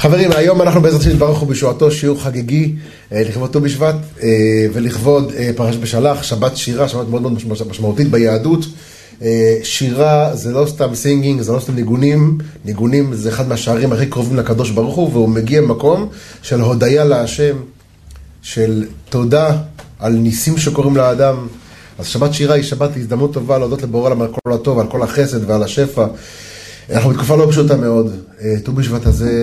חברים, היום אנחנו בעזרת השם נתברך בשעתו שיעור חגיגי לכבוד ט"ו בשבט ולכבוד פרשת בשלח, שבת שירה, שבת מאוד מאוד משמעותית ביהדות. שירה זה לא סתם סינגינג, זה לא סתם ניגונים. ניגונים זה אחד מהשערים הכי קרובים לקדוש ברוך הוא, והוא מגיע ממקום של הודיה להשם, של תודה על ניסים שקוראים לאדם. אז שבת שירה היא שבת הזדמנות טובה להודות לבורא עולם על כל הטוב, על כל החסד ועל השפע. אנחנו בתקופה לא פשוטה מאוד. ט"ו בשבט הזה,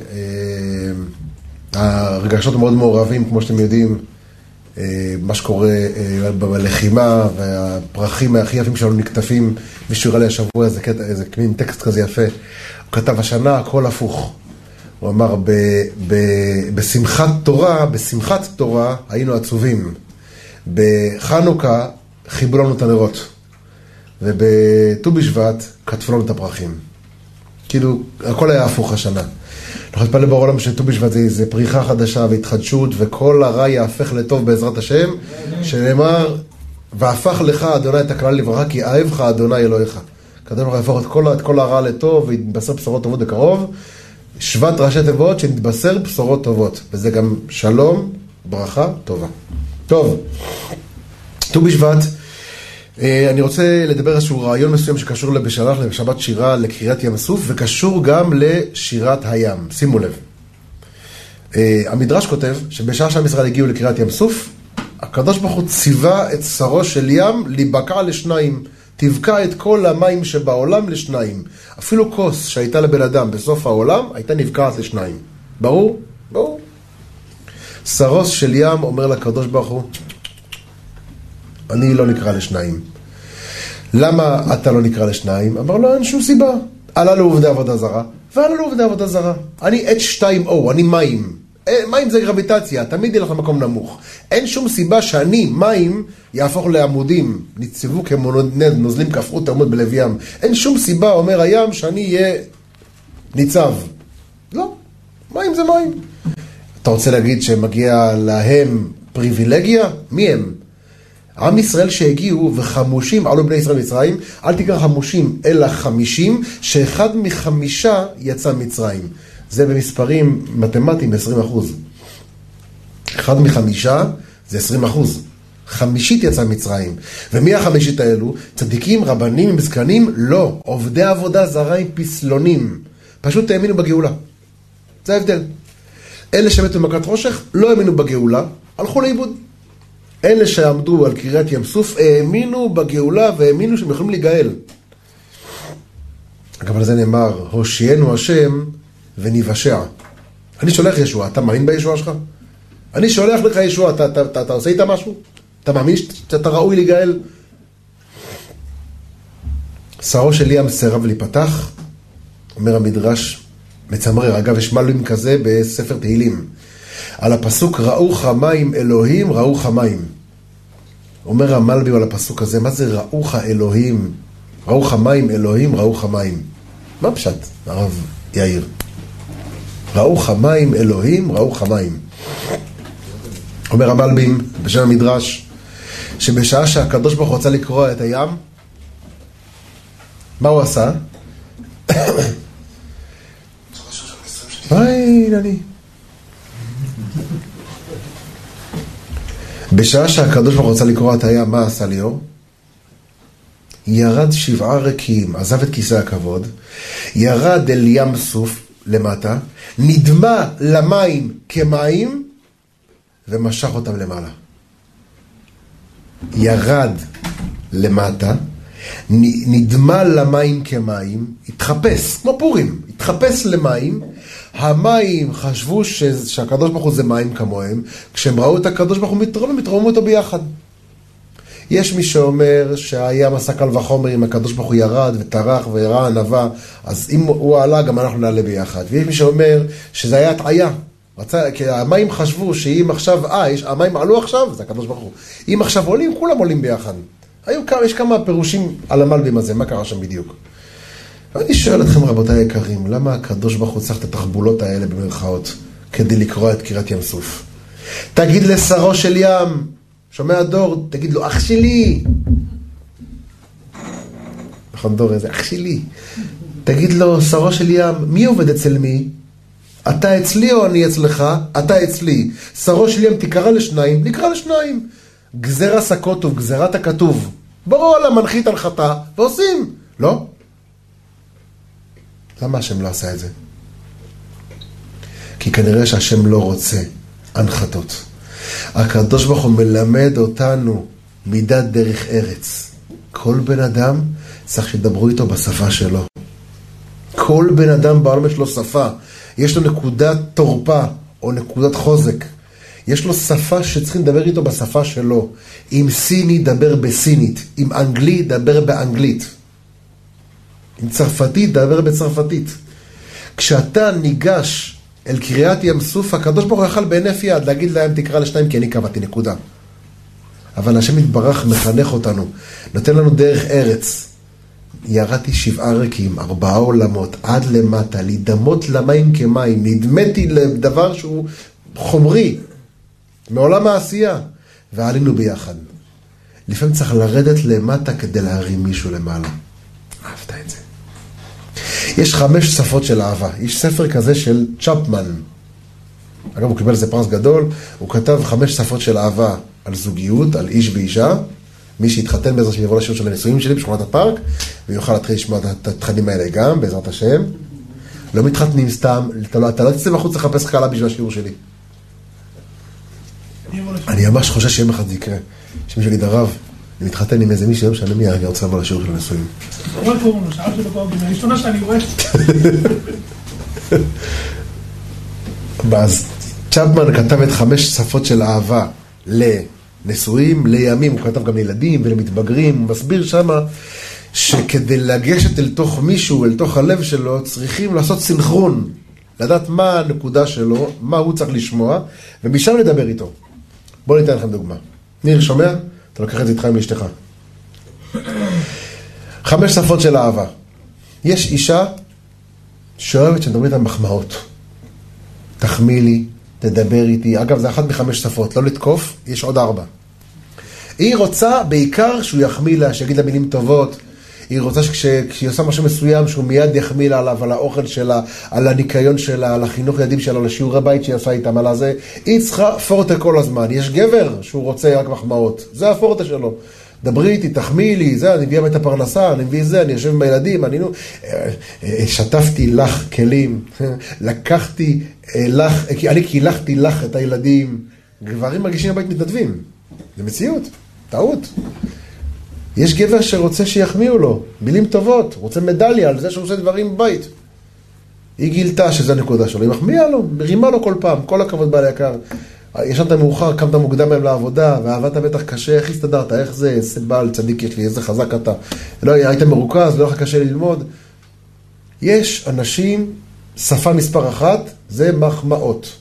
הרגשות מאוד מעורבים, כמו שאתם יודעים, מה שקורה בלחימה, והפרחים הכי יפים שלנו נקטפים. מישהו הראה לי השבוע איזה מין טקסט כזה יפה. הוא כתב השנה הכל הפוך. הוא אמר, בשמחת תורה היינו עצובים. בחנוכה חיבו לנו את הנרות. ובט"ו בשבט כתבו לנו את הפרחים. כאילו, הכל היה הפוך השנה. אנחנו נתפלל לבורא עולם שט"ו בשבט זה פריחה חדשה והתחדשות, וכל הרע יהפך לטוב בעזרת השם, שנאמר, והפך לך אדוני את הכלל לברכה, כי אהבך אדוני אלוהיך. כדאי לך להפוך את כל הרע לטוב, והתבשר בשורות טובות בקרוב. שבט ראשי תיבות שנתבשר בשורות טובות, וזה גם שלום, ברכה טובה. טוב, ט"ו בשבט, אני רוצה לדבר איזשהו רעיון מסוים שקשור בשלח, לשבת שירה, לקריאת ים סוף, וקשור גם לשירת הים. שימו לב. המדרש כותב שבשעה שעם ישראל הגיעו לקריאת ים סוף, הקדוש ברוך הוא ציווה את שרו של ים להיבקע לשניים. תבקע את כל המים שבעולם לשניים. אפילו כוס שהייתה לבן אדם בסוף העולם, הייתה נבקעת לשניים. ברור? ברור. שרו של ים אומר לקדוש ברוך הוא, אני לא נקרא לשניים. למה אתה לא נקרא לשניים? אמר לו, אין שום סיבה. עלה לו עובדי עבודה זרה, ועלה לו עובדי עבודה זרה. אני H2O, אני מים. מים זה גרביטציה, תמיד ילך למקום נמוך. אין שום סיבה שאני, מים, יהפוך לעמודים, ניצבו כנוזלים כפרו תעמוד בלב ים. אין שום סיבה, אומר הים, שאני אהיה ניצב. לא, מים זה מים. אתה רוצה להגיד שמגיע להם פריבילגיה? מי הם? עם ישראל שהגיעו וחמושים, עלו בני ישראל מצרים, אל תקרא חמושים, אלא 50, שאחד מ5 יצא מצרים. זה במספרים מתמטיים 20%. אחד מ5 זה 20%. חמישית יצא מצרים. ומי החמישית האלו? צדיקים, רבנים, מזקנים? לא. עובדי עבודה זרה עם פסלונים. פשוט האמינו בגאולה. זה ההבדל. אלה שמתו במכת חושך לא האמינו בגאולה, הלכו לאיבוד. אלה שעמדו על קריאת ים סוף האמינו בגאולה והאמינו שהם יכולים להיגאל. אגב, על זה נאמר, הושיענו השם וניוושע. אני שולח ישוע, אתה מאמין בישוע שלך? אני שולח לך ישוע, אתה עושה איתה משהו? אתה מאמין שאתה ראוי להיגאל? שרו של ים סירב להיפתח, אומר המדרש מצמרר. אגב, יש מלאים כזה בספר תהילים. על הפסוק ראו חמים אלוהים, ראו חמים. אומר המלבי על הפסוק הזה, מה זה ראו אלוהים? ראו חמים אלוהים, ראו חמים. מה פשט, הרב יאיר? ראו חמים אלוהים, ראו חמים. אומר המלבים בשם המדרש, שבשעה שהקדוש ברוך הוא רצה לקרוא את הים, מה הוא עשה? בשעה שהקדוש ברוך הוא רצה לקרוא את הים, מה עשה ליאור? ירד 7 ריקים, עזב את כיסא הכבוד, ירד אל ים סוף למטה, נדמה למים כמים, ומשך אותם למעלה. ירד למטה, נדמה למים כמים, התחפש, כמו פורים, התחפש למים. המים חשבו שהקדוש ברוך הוא זה מים כמוהם, כשהם ראו את הקדוש ברוך הוא מתרומם אותו ביחד. יש מי שאומר שהים עשה קל וחומר, אם הקדוש ברוך הוא ירד וטרח ויראה ענווה, אז אם הוא עלה גם אנחנו נעלה ביחד. ויש מי שאומר שזה היה הטעיה, כי המים חשבו שאם עכשיו המים עלו עכשיו, זה הקדוש ברוך הוא. אם עכשיו עולים, כולם עולים ביחד. יש כמה פירושים על המלבים הזה, מה קרה שם בדיוק. אני שואל אתכם רבותיי היקרים, למה הקדוש ברוך הוא צריך את התחבולות האלה במרכאות, כדי לקרוא את קריאת ים סוף? תגיד לשרו של ים, שומע דור, תגיד לו, אח שלי. נכון דור, איזה אח שלי. תגיד לו, שרו של ים, מי עובד אצל מי? אתה אצלי או אני אצלך? אתה אצלי. שרו שלי אם תקרא לשניים, נקרא לשניים. גזרה סקוטוב, גזרת הכתוב. ברור על המנחית הנחתה, ועושים. לא? למה השם לא עשה את זה? כי כנראה שהשם לא רוצה הנחתות. הקדוש ברוך הוא מלמד אותנו מידת דרך ארץ. כל בן אדם צריך שדברו איתו בשפה שלו. כל בן אדם בעולם יש לו שפה. יש לו נקודת תורפה או נקודת חוזק. יש לו שפה שצריכים לדבר איתו בשפה שלו. אם סיני, דבר בסינית. אם אנגלי, דבר באנגלית. אם צרפתית, דבר בצרפתית. כשאתה ניגש אל קריאת ים סוף, הקדוש ברוך הוא יכל בהינף יד להגיד להם תקרא לשניים כי אני קבעתי, נקודה. אבל השם יתברך מחנך אותנו, נותן לנו דרך ארץ. ירדתי 7 רקים, 4 עולמות, עד למטה, להידמות למים כמים, נדמתי לדבר שהוא חומרי, מעולם העשייה, ועלינו ביחד. לפעמים צריך לרדת למטה כדי להרים מישהו למעלה. אהבת את זה. יש 5 שפות של אהבה. יש ספר כזה של צ'פמן. אגב, הוא קיבל איזה פרס גדול. הוא כתב 5 שפות של אהבה על זוגיות, על איש ואישה. מי שהתחתן בעזרת שיבוא לשיעור של הנישואים שלי בשכונת הפארק, ויוכל להתחיל לשמוע את התכנים האלה גם, בעזרת השם. לא מתחתנים סתם. אתה לא תצא בחוץ לחפש חכלה בשביל השיעור שלי. אני ממש חושב שיום אחד זה יקרה. שמישהו יגיד הרב, אני מתחתן עם איזה מישהו, לא משנה מי, אני רוצה לבוא לשיעור של הנישואים. רואה קורונה, שעה שלו קורונה, הראשונה שאני רואה. אז צ'פמן כתב את 5 שפות של אהבה לנשואים, לימים, הוא כתב גם לילדים ולמתבגרים, הוא מסביר שמה שכדי לגשת אל תוך מישהו, אל תוך הלב שלו, צריכים לעשות סינכרון, לדעת מה הנקודה שלו, מה הוא צריך לשמוע, ומשם לדבר איתו. בואו ניתן לכם דוגמה. ניר, שומע? אתה לוקח את זה איתך עם אשתך. 5 שפות של אהבה. יש אישה שאוהבת שנדבר איתה מחמאות. תחמיא לי, תדבר איתי. אגב, זה 1 מ5 שפות, לא לתקוף, יש עוד 4. היא רוצה בעיקר שהוא יחמיא לה, שיגיד לה מילים טובות. היא רוצה שכשהיא עושה משהו מסוים, שהוא מיד יחמיא לה עליו, על האוכל שלה, על הניקיון שלה, על החינוך ילדים שלה, על השיעור הבית שהיא עושה איתם, על הזה. היא צריכה פורטה כל הזמן. יש גבר שהוא רוצה רק מחמאות. זה הפורטה שלו. דברי איתי, תחמיא לי, זה, אני מביא את הפרנסה, אני מביא זה, אני יושב עם הילדים, אני שטפתי לך כלים, לקחתי לך, אני קילחתי לך את הילדים. גברים מרגישים בבית מתנדבים. זה מציאות, טעות. יש גבר שרוצה שיחמיאו לו, מילים טובות, רוצה מדליה על זה שהוא עושה דברים בבית. היא גילתה שזה הנקודה שלו, היא מחמיאה לו, מרימה לו כל פעם, כל הכבוד בעל יקר. ישנת מאוחר, קמת מוקדם מהם לעבודה, ועבדת בטח קשה, איך הסתדרת, איך זה, איזה בעל צדיק יש לי, איזה חזק אתה. לא, היית מרוכז, לא היה קשה ללמוד. יש אנשים, שפה מספר 1, זה מחמאות.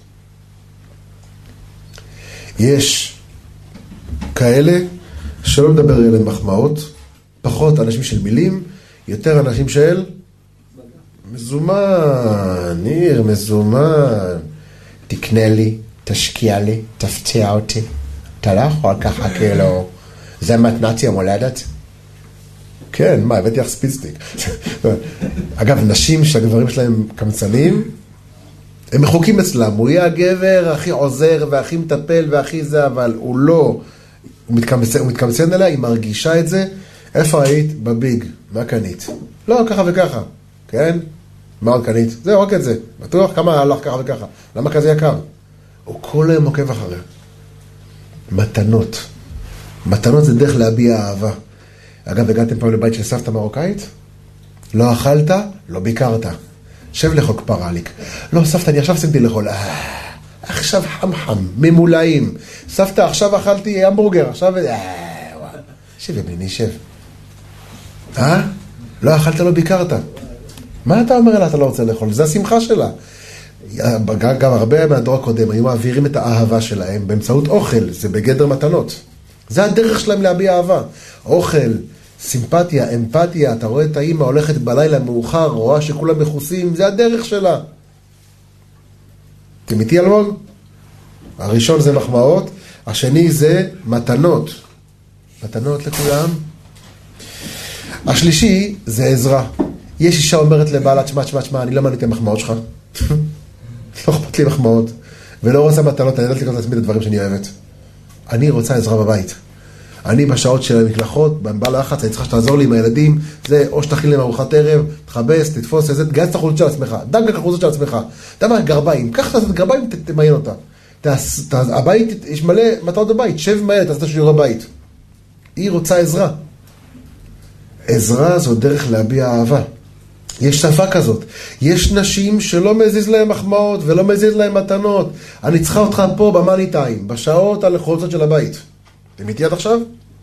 יש כאלה שלא מדבר אליהם מחמאות, פחות אנשים של מילים, יותר אנשים של מזומן, ניר, מזומן. תקנה לי, תשקיע לי, תפתיע אותי. אתה לא יכול ככה כאילו, זה מתנת יום הולדת? כן, מה, הבאתי לך ספיצטיק. אגב, נשים שהגברים שלהם קמצנים, הם מחוקים אצלם, הוא יהיה הגבר הכי עוזר והכי מטפל והכי זה, אבל הוא לא, הוא מתקמצן אליה, היא מרגישה את זה. איפה היית? בביג. מה קנית? לא, ככה וככה. כן? מה עוד קנית? זה רק את זה. בטוח כמה הלך ככה וככה. למה כזה יקר? הוא כל היום עוקב אחריה. מתנות. מתנות זה דרך להביע אהבה. אגב, הגעתם פעם לבית של סבתא מרוקאית? לא אכלת? לא ביקרת. שב לאכול כפרליק. לא, סבתא, אני עכשיו שמתי לאכול. עכשיו חם, ממולאים. סבתא, עכשיו אכלתי המבורגר, עכשיו... שב ימיני, שב. לא אכלת, לא ביקרת. מה אתה אומר לה, אתה לא רוצה לאכול? זה השמחה שלה. גם הרבה מהדור הקודם היו מעבירים את האהבה שלהם באמצעות אוכל, זה בגדר מתנות. זה הדרך שלהם להביע אהבה. אוכל, סימפתיה, אמפתיה, אתה רואה את האמא הולכת בלילה מאוחר, רואה שכולם מחוסים, זה הדרך שלה. אתם איתי אלמוג? הראשון זה מחמאות, השני זה מתנות. מתנות לכולם. השלישי זה עזרה. יש אישה אומרת לבעלה, תשמע, אני לא מעניין את המחמאות שלך. לי מחמאות, ולא רוצה מתנות, אני יודעת לקרוא לעצמי את הדברים שאני אוהבת. אני רוצה עזרה בבית. אני בשעות של המקלחות, בא לחץ, אני צריכה שתעזור לי עם הילדים, זה או שתכין להם ארוחת ערב, תחבס, תתפוס, תגייס את החולצות של עצמך, דגק החולצות של עצמך. אתה יודע מה, גרביים, קח את הגרביים, תמיין אותה. הבית, יש מלא מטרות בבית, שב עם הילד, תעשה שיעורי בית. היא רוצה עזרה. עזרה זו דרך להביע אהבה. יש שפה כזאת. יש נשים שלא מזיז להם מחמאות ולא מזיז להם מתנות. אני צריכה אותך פה במאני טיים, בשעות על החולצות של הבית. אתם איתי עד עכשיו?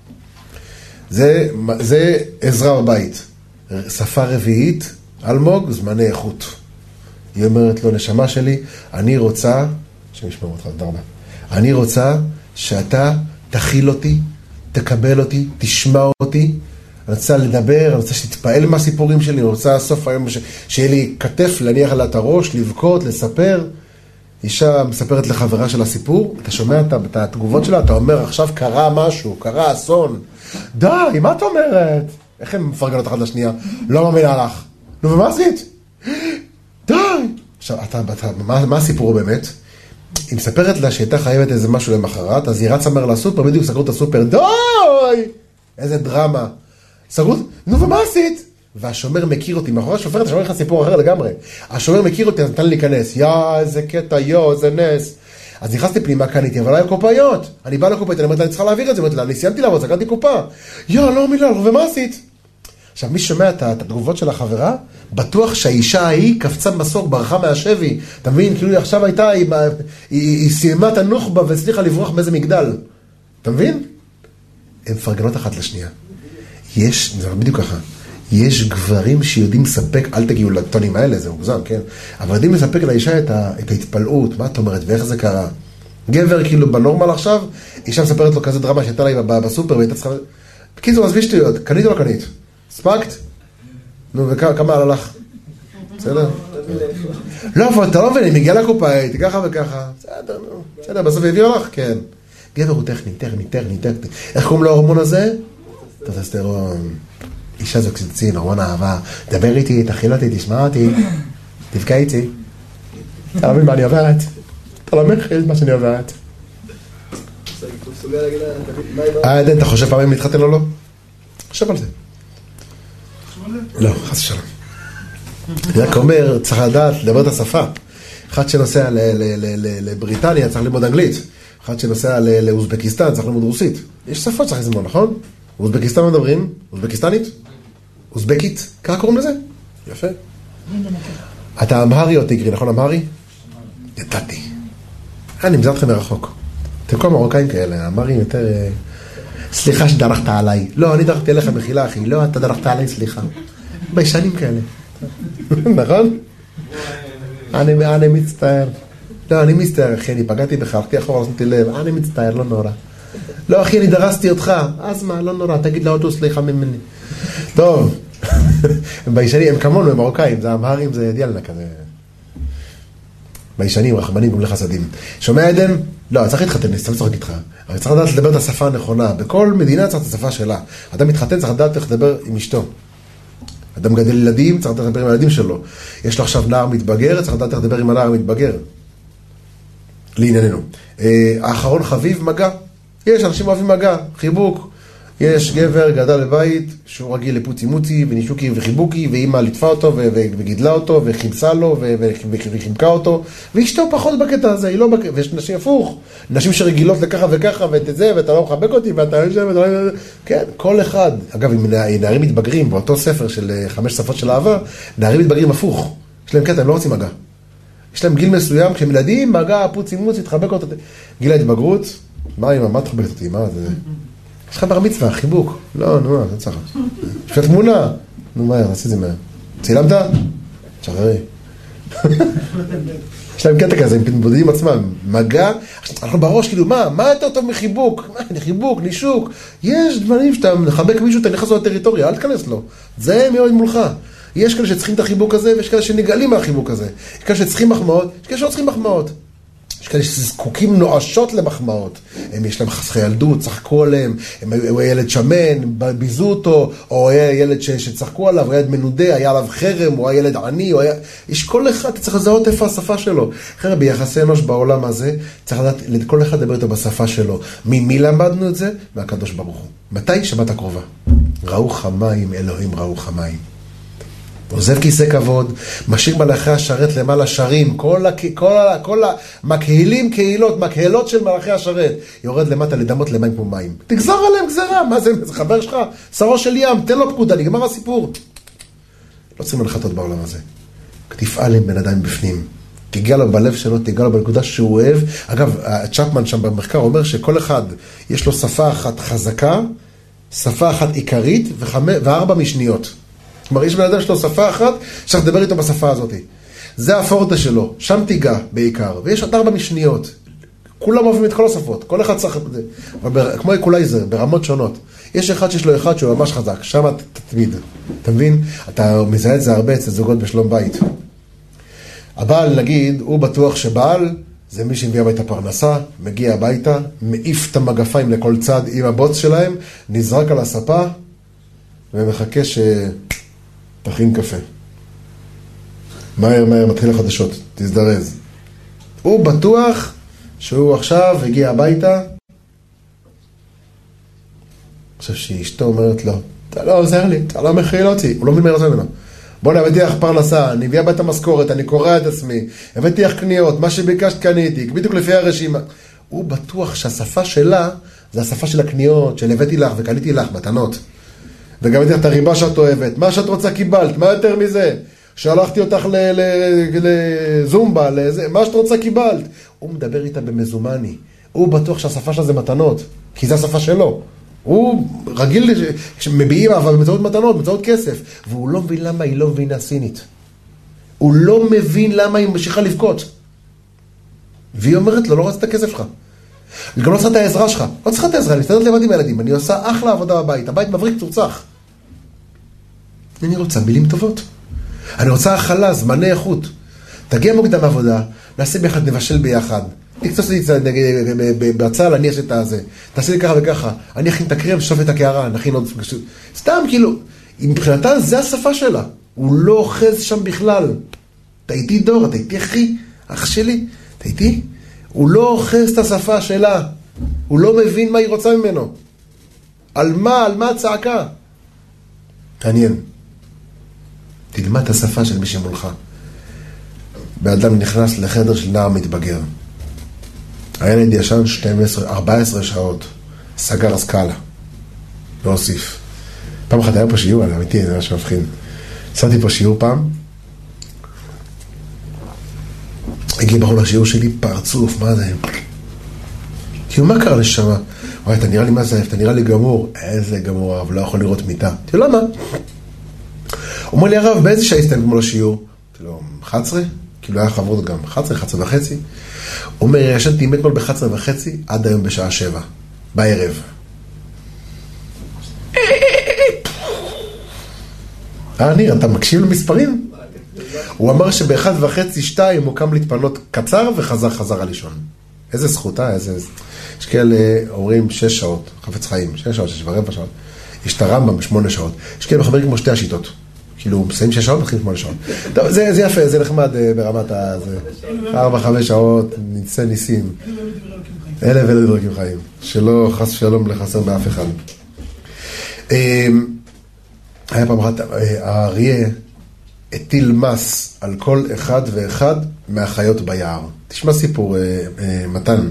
זה עזרה בבית. שפה רביעית, אלמוג, זמני איכות. היא אומרת לו, נשמה שלי, אני רוצה, שמשמעו אותך, תודה. אני רוצה שאתה תכיל אותי, תקבל אותי, תשמע אותי. אני רוצה לדבר, אני רוצה שתתפעל מהסיפורים שלי, אני רוצה סוף היום שיהיה לי כתף, להניח עליה את הראש, לבכות, לספר. אישה מספרת לחברה של הסיפור, אתה שומע את התגובות שלה, אתה אומר, עכשיו קרה משהו, קרה אסון. די, מה את אומרת? איך הן מפרגנות אחת לשנייה? לא מאמינה לך. נו, ומה עשית? די. עכשיו, מה הסיפור באמת? היא מספרת לה שהייתה חייבת איזה משהו למחרת, אז היא רצה מהר לסופר, בדיוק סגרו את הסופר, די! איזה דרמה. סגרו, נו, ומה עשית? והשומר מכיר אותי, מאחורי השופרת, השומר לך סיפור אחר לגמרי. השומר מכיר אותי, אז נתן לי להיכנס. איזה קטע, איזה נס. אז נכנסתי פנימה, קניתי, אבל היה קופאיות. אני בא לקופאית, אני אומרת לה, אני צריכה להעביר את זה. אני סיימתי לעבוד, סגרתי קופה. לא מילה, ומה עשית? עכשיו, מי שומע את התגובות של החברה, בטוח שהאישה ההיא קפצה במסוק, ברחה מהשבי. אתה מבין? כאילו היא עכשיו הייתה, היא סיימה את הנוחבה והצליחה לברוח מאיזה מגדל. אתה מבין? הן מפרגנות אחת לשנייה. זה בדיוק ככה. יש גברים שיודעים לספק, אל תגיעו לטונים האלה, זה מוגזם, כן? אבל יודעים לספק לאישה את ההתפלאות, מה את אומרת, ואיך זה קרה? גבר כאילו בנורמל עכשיו, אישה מספרת לו כזה דרמה שהייתה לה בסופר, והייתה צריכה... בקיצור, עזבי שטויות, קנית או לא קנית? ספקת? נו, וכמה עלה לך? בסדר? לא, אבל אתה לא מבין, אני מגיעה לקופה, הייתי ככה וככה. בסדר, נו. בסדר, בסוף הביאו לך? כן. גבר הוא טכני. איך קוראים לו ההורמון הזה? טסטוסטרון. אישה זו קציצין, הורמון אהבה. דבר איתי, תכיל אותי, תשמע אותי. תבכה איתי. אתה לא מבין מה אני עוברת. אתה לא מכיל מה שאני עוברת. עדן, אתה חושב פעמים להתחתן או לא? חושב על זה. לא, חס ושלום. אני רק אומר, צריך לדעת, לדבר את השפה. אחד שנוסע לבריטניה צריך ללמוד אנגלית. אחד שנוסע לאוזבקיסטן צריך ללמוד רוסית. יש שפות צריך ללמוד, נכון? אוזבקיסטן מדברים? אוזבקיסטנית? אוזבקית? ככה קוראים לזה? יפה. אתה אמהרי או טיגרי, נכון אמהרי? ידעתי. אני מזהה אתכם מרחוק. אתם כל מרוקאים כאלה, אמהרים יותר... סליחה שדרכת עליי. לא, אני דרכתי עליך מחילה, אחי. לא, אתה דרכת עליי, סליחה. ביישנים כאלה. נכון? אני מצטער. לא, אני מצטער, אחי, אני פגעתי בך, הלכתי אחורה, עשיתי לב. אני מצטער, לא נורא. לא, אחי, אני דרסתי אותך. אז מה, לא נורא, תגיד לאוטו, סליחה ממני. טוב. ביישנים, הם כמונו, הם מרוקאים. זה אמהרים, זה דיאלנה כזה. ביישנים, רחמנים, גומלי חסדים. שומע עדן? לא, צריך להתחתן, אני צריך איתך. אבל צריך לדעת לדבר את השפה הנכונה. בכל מדינה צריך את השפה שלה. אדם מתחתן, צריך לדעת איך לדבר עם אשתו. אדם גדל ילדים, צריך לדעת לדבר עם הילדים שלו. יש לו עכשיו נער מתבגר, צריך לדעת איך לדבר עם הנער המתבגר. לענייננו. האחרון חביב, מגע. יש אנשים אוהבים מגע, חיבוק. יש גבר גדל לבית שהוא רגיל לפוצי מוצי ונישוקי וחיבוקי, ואמא ליטפה אותו וגידלה אותו וחימסה לו וחימקה אותו, ואשתו פחות בקטע הזה, היא לא בקטע, ויש נשים הפוך, נשים שרגילות לככה וככה ואת זה, ואתה לא מחבק אותי ואתה יושב, כן, כל אחד. אגב, אם נערים מתבגרים באותו ספר של 5 שפות של אהבה, נערים מתבגרים הפוך, יש להם קטע, הם לא רוצים מגע. יש להם גיל מסוים, כשהם ילדים, מגע, פוצי מוצי, תחבק אותו. גיל ההתבגרות, מה תחבק אותי, מה זה? יש לך בר מצווה, חיבוק. לא, נו, זה צריך. יש לך תמונה. נו, מהר, עשי זה מהר. צילמת? שחררי. יש להם קטע כזה, הם מתמודדים עצמם. מגע, אנחנו בראש, כאילו, מה יותר טוב מחיבוק? חיבוק, נישוק. יש דברים שאתה מחבק מישהו, אתה נכנס לו לטריטוריה, אל תכנס לו. זה מאוד מולך. יש כאלה שצריכים את החיבוק הזה, ויש כאלה שנגעלים מהחיבוק הזה. יש כאלה שצריכים מחמאות, יש כאלה שלא צריכים מחמאות. יש כאלה שזקוקים נואשות למחמאות. יש להם חסכי ילדות, צחקו עליהם, הוא היה ילד שמן, ביזו אותו, או היה ילד שצחקו עליו, הוא היה ילד מנודה, היה עליו חרם, הוא היה ילד עני, יש כל אחד, צריך לזהות איפה השפה שלו. אחרי ביחסי אנוש בעולם הזה, צריך לדעת, לכל אחד לדבר איתו בשפה שלו. ממי למדנו את זה? מהקדוש ברוך הוא. מתי? שבת הקרובה. ראו חמיים, אלוהים ראו חמיים. עוזב כיסא כבוד, משאיר מלאכי השרת למעלה שרים, כל המקהילים קהילות, מקהלות של מלאכי השרת, יורד למטה לדמות למים כמו מים. תגזר עליהם גזרה, מה זה חבר שלך? שרו של ים, תן לו פקודה, נגמר הסיפור. לא צריכים לחטות בעולם הזה. תפעל עם בן אדם בפנים. תיגע לו בלב שלו, תיגע לו בנקודה שהוא אוהב. אגב, צ'פמן שם במחקר אומר שכל אחד יש לו שפה אחת חזקה, שפה אחת עיקרית ו4 משניות. כלומר, יש בן אדם שלו שפה אחת, צריך לדבר איתו בשפה הזאת. זה הפורטה שלו, שם תיגע בעיקר, ויש עוד 4 משניות. כולם אוהבים את כל השפות, כל אחד צריך את זה. אבל כמו אקולייזר, ברמות שונות. יש אחד שיש לו אחד שהוא ממש חזק, שם תתמיד. אתה מבין? אתה מזהה את זה הרבה אצל זוגות בשלום בית. הבעל, נגיד, הוא בטוח שבעל, זה מי שהביא הביתה פרנסה, מגיע הביתה, מעיף את המגפיים לכל צד עם הבוץ שלהם, נזרק על הספה, ומחכה תכין קפה. מהר, מתחיל החדשות, תזדרז. הוא בטוח שהוא עכשיו הגיע הביתה, חושב שאשתו אומרת לו, אתה לא עוזר לי, אתה לא מכיל אותי, הוא לא מבין מה ירצה ממנו. בוא נביא לך פרנסה, אני הביא הביתה משכורת, אני קורא את עצמי, הבאתי לך קניות, מה שביקשת קניתי, בדיוק לפי הרשימה. הוא בטוח שהשפה שלה, זה השפה של הקניות, של הבאתי לך וקניתי לך מתנות. וגם את הריבה שאת אוהבת, מה שאת רוצה קיבלת, מה יותר מזה? שלחתי אותך לזומבה, מה שאת רוצה קיבלת. הוא מדבר איתה במזומני, הוא בטוח שהשפה שלה זה מתנות, כי זה השפה שלו. הוא רגיל שמביעים אבל באמצעות מתנות, באמצעות כסף, והוא לא מבין למה היא לא מבינה סינית. הוא לא מבין למה היא ממשיכה לבכות. והיא אומרת לו, לא רצת את הכסף שלך. היא גם לא צריכה את העזרה שלך. לא צריכה את העזרה, אני מסתדרת לבד עם הילדים. אני עושה אחלה עבודה בבית. הבית מבריק צורצח. אני רוצה מילים טובות. אני רוצה הכלה, זמני איכות. תגיע מוקדם עבודה, נעשה ביחד, נבשל ביחד. תקצוץ לי בצל, אני אעשה את הזה. תעשה לי ככה וככה. אני אכין את הקרם, שוף את הקערה, נכין עוד... סתם, כאילו, מבחינתה זה השפה שלה. הוא לא אוחז שם בכלל. אתה איתי דור, אתה איתי אחי, אח שלי. אתה איתי? הוא לא אוחז את השפה שלה. הוא לא מבין מה היא רוצה ממנו. על מה הצעקה? תעניין. תלמד את השפה של מי שמולך. באדם נכנס לחדר של נער מתבגר. הילד ישן 14 שעות. סגר סקאלה. לא הוסיף. פעם אחת היה פה שיעור, על אמיתי, זה ממש מבחין. שמתי פה שיעור פעם. הגיע בחור לשיעור שלי, פרצוף, מה זה? כאילו, מה קרה לשמה? וואי, אתה נראה לי מה זה, אתה נראה לי גמור. איזה גמור, הרב, לא יכול לראות מיטה. תראו, למה? הוא אומר לי, הרב, באיזה שעה הסתיים כמו לשיעור? תראו, 11? כאילו היה חברות גם 11, 11 וחצי. הוא אומר, ישנתי אתמול ב-11 וחצי, עד היום בשעה 7, בערב. ניר, אתה מקשיב למספרים? הוא אמר שב-1 וחצי, 2, הוא קם להתפנות קצר וחזר לישון. איזה זכותה, איזה... יש כאלה אומרים 6 שעות, חפץ חיים, 6 שעות, 6 ורבע שעות. יש את הרמב"ם 8 שעות. יש כאלה מחברים כמו 2 השיטות. כאילו, מסיים 6 שעות, מתחילים 8 שעות. טוב, זה יפה, זה נחמד ברמת ה... 4-5 שעות, נצא ניסים. אלה ואלה דרכים חיים. שלא חס שלום לחסר באף אחד. היה פעם אחת, האריה הטיל מס על כל אחד ואחד מהחיות ביער. תשמע סיפור, מתן,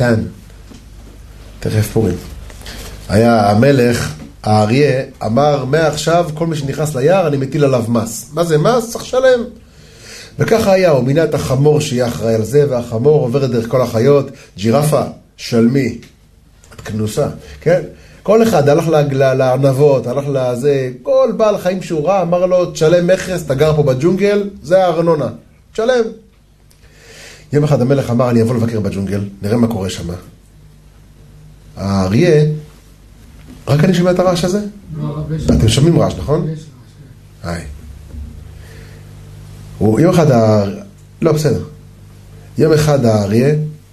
תכף פורים. היה המלך, האריה אמר, מעכשיו כל מי שנכנס ליער אני מטיל עליו מס. מה זה מס? צריך שלם. וככה היה, הוא מינה את החמור שיהיה אחראי על זה, והחמור עובר דרך כל החיות, ג'ירפה, שלמי, את כנוסה, כן? כל אחד הלך לענבות, הלך לזה, כל בעל חיים שהוא רע, אמר לו, תשלם מכס, אתה גר פה בג'ונגל, זה הארנונה, תשלם. יום אחד המלך אמר, אני אבוא לבקר בג'ונגל, נראה מה קורה שם. האריה, רק אני שומע את הרעש הזה? אתם שומעים רעש, נכון? היי. יום אחד לא, בסדר. יום אחד האריה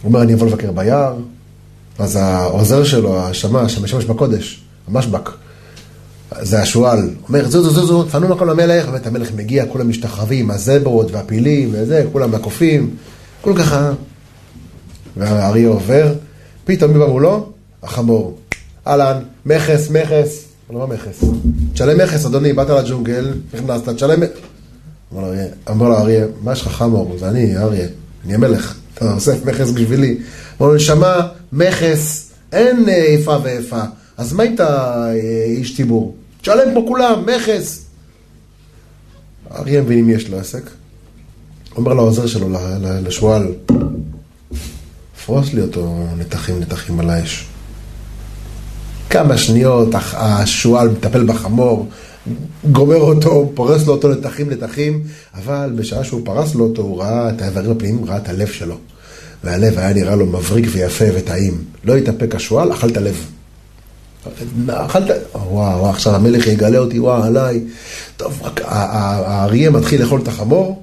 אומר, אני אבוא לבקר ביער, אז העוזר שלו, השמש בקודש, המשבק, זה השואל, אומר, זו, תפנו מקום למלך, ובית המלך מגיע, כולם משתחווים, הזברות והפילים וזה, כולם מקופים, כול ככה, והאריה עובר, פתאום מי בא מולו? החמור. אהלן, מכס, לא מה מכס? תשלם מכס, אדוני, באת לג'ונגל, נכנסת, תשלם... אמר לו האריה, מה יש לך חמור? זה אני, האריה, אני המלך, אתה אוסף מכס בשבילי. אמר לו, נשמה, מכס, אין איפה ואיפה, אז מה איתה איש ציבור? תשלם פה כולם, מכס. האריה מבין אם יש לו עסק. אומר לו העוזר שלו, לשואל, פרוס לי אותו נתחים על האש. כמה שניות, השואל מטפל בחמור, גומר אותו, פורס לו אותו נתחים, אבל בשעה שהוא פרס לו אותו, הוא ראה את האיברים הפנימיים, ראה את הלב שלו. והלב היה נראה לו מבריק ויפה וטעים. לא התאפק השואל, אכל את הלב. וואו, עכשיו המלך יגלה אותי, וואו, עליי. טוב, רק האריה מתחיל לאכול את החמור,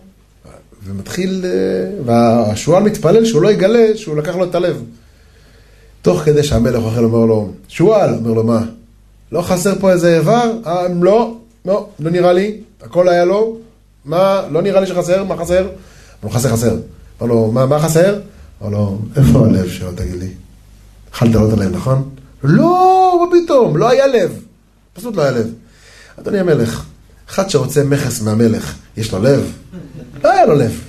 והשואל מתפלל שהוא לא יגלה, שהוא לקח לו את הלב. תוך כדי שהמלך אוכל אומר לו, שואל, אומר לו, מה? לא חסר פה איזה איבר? לא נראה לי, הכל היה לו, מה? לא נראה לי שחסר, מה חסר? אמר לו, חסר. אמר לו, מה חסר? אמר לו, איפה הלב שלו, תגיד לי? אכלת לו את הלב, נכון? לא, מה פתאום? לא היה לב. פשוט לא היה לב. אדוני המלך, אחד שרוצה מכס מהמלך, יש לו לב? לא היה לו לב.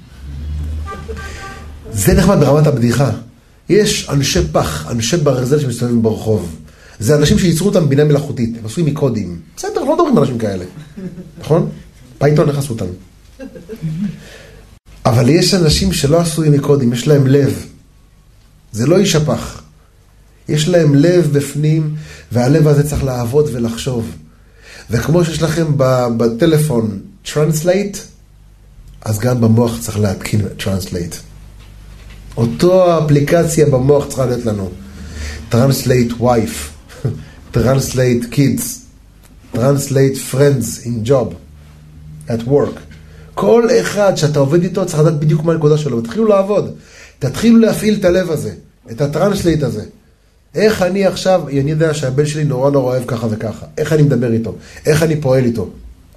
זה נחמד ברמת הבדיחה. יש אנשי פח, אנשי ברזל שמסתובבים ברחוב. זה אנשים שייצרו אותם בינה מלאכותית, הם עשויים מקודים. בסדר, לא מדברים אנשים כאלה. נכון? פייתון נכנס אותם. אבל יש אנשים שלא עשויים מקודים, יש להם לב. זה לא איש הפח. יש להם לב בפנים, והלב הזה צריך לעבוד ולחשוב. וכמו שיש לכם בטלפון Translate, אז גם במוח צריך להתקין Translate. אותו האפליקציה במוח צריכה להיות לנו. Translate wife, Translate kids, Translate friends in job, at work. כל אחד שאתה עובד איתו צריך לדעת בדיוק מה הנקודה שלו. תתחילו לעבוד, תתחילו להפעיל את הלב הזה, את הטרנסלייט הזה. איך אני עכשיו, אני יודע שהבן שלי נורא אוהב ככה וככה. איך אני מדבר איתו? איך אני פועל איתו?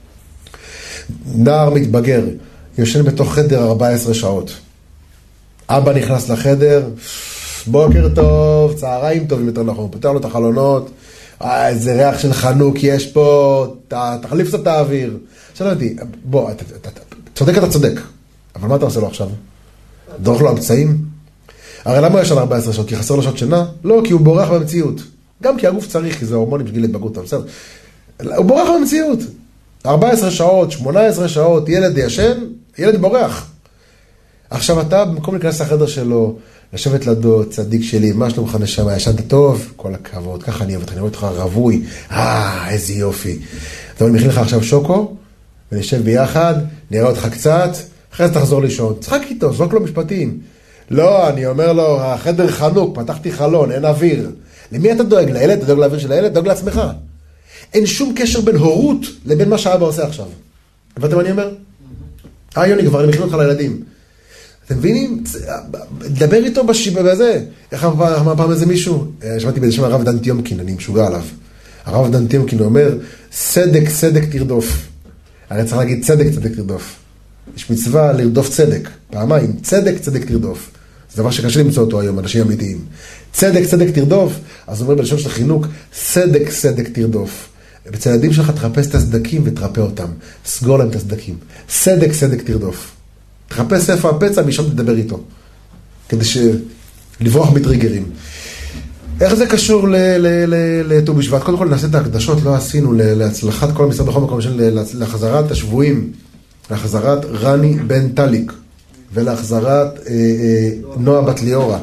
נער מתבגר, יושן בתוך חדר 14 שעות. אבא נכנס לחדר, בוקר טוב, צהריים טובים יותר נכון, פותח לו את החלונות, איזה ריח של חנוק יש פה, תחליף קצת את האוויר. עכשיו אותי, בוא, אתה צודק, אבל מה אתה עושה לו עכשיו? דורך לו על פצעים? הרי למה יש על 14 שעות? כי חסר לו שעות שינה? לא, כי הוא בורח במציאות. גם כי הגוף צריך, כי זה הורמונים שגיל התבגרות, בסדר. הוא בורח במציאות. 14 שעות, 18 שעות, ילד ישן, ילד בורח. עכשיו אתה, במקום להיכנס לחדר שלו, לשבת לידו, צדיק שלי, מה שלומך נשמה, ישנת טוב? כל הכבוד, ככה אני אוהב אותך רווי, איזה יופי. אתה מכין לך עכשיו שוקו, ונשב ביחד, נראה אותך קצת, אחרי זה תחזור לישון. צחק איתו, זרוק לו משפטים. לא, אני אומר לו, החדר חנוק, פתחתי חלון, אין אוויר. למי אתה דואג? לילד? אתה דואג לאוויר של הילד? דואג לעצמך. אין שום קשר בין הורות לבין מה שהאבא עושה עכשיו. הבנתם מה אני אומר? יוני, כבר אני מכין אותך לילדים. אתם מבינים? דבר איתו בזה. איך אמר פעם איזה מישהו? שמעתי בשם הרב דן טיומקין, אני משוגע עליו. הרב דן טיומקין אומר, צדק תרדוף. הרי צריך להגיד צדק תרדוף. יש מצווה לרדוף צדק. פעמיים, צדק תרדוף. זה דבר שקשה למצוא אותו היום, אנשים אמיתיים. צדק תרדוף. אז הוא אומר בלשון של החינוך, צדק תרדוף. בצל הילדים שלך תחפש את הסדקים ותרפא אותם. סגור להם את הסדקים. צדק תרדוף. תחפש איפה הפצע, משם תדבר איתו. כדי לברוח מטריגרים. איך זה קשור לט"ו בשבט? קודם כל נעשה את ההקדשות, לא עשינו להצלחת כל המשרד בכל מקום, להחזרת השבויים, להחזרת רני בן טליק, ולהחזרת נועה בת ליאורה,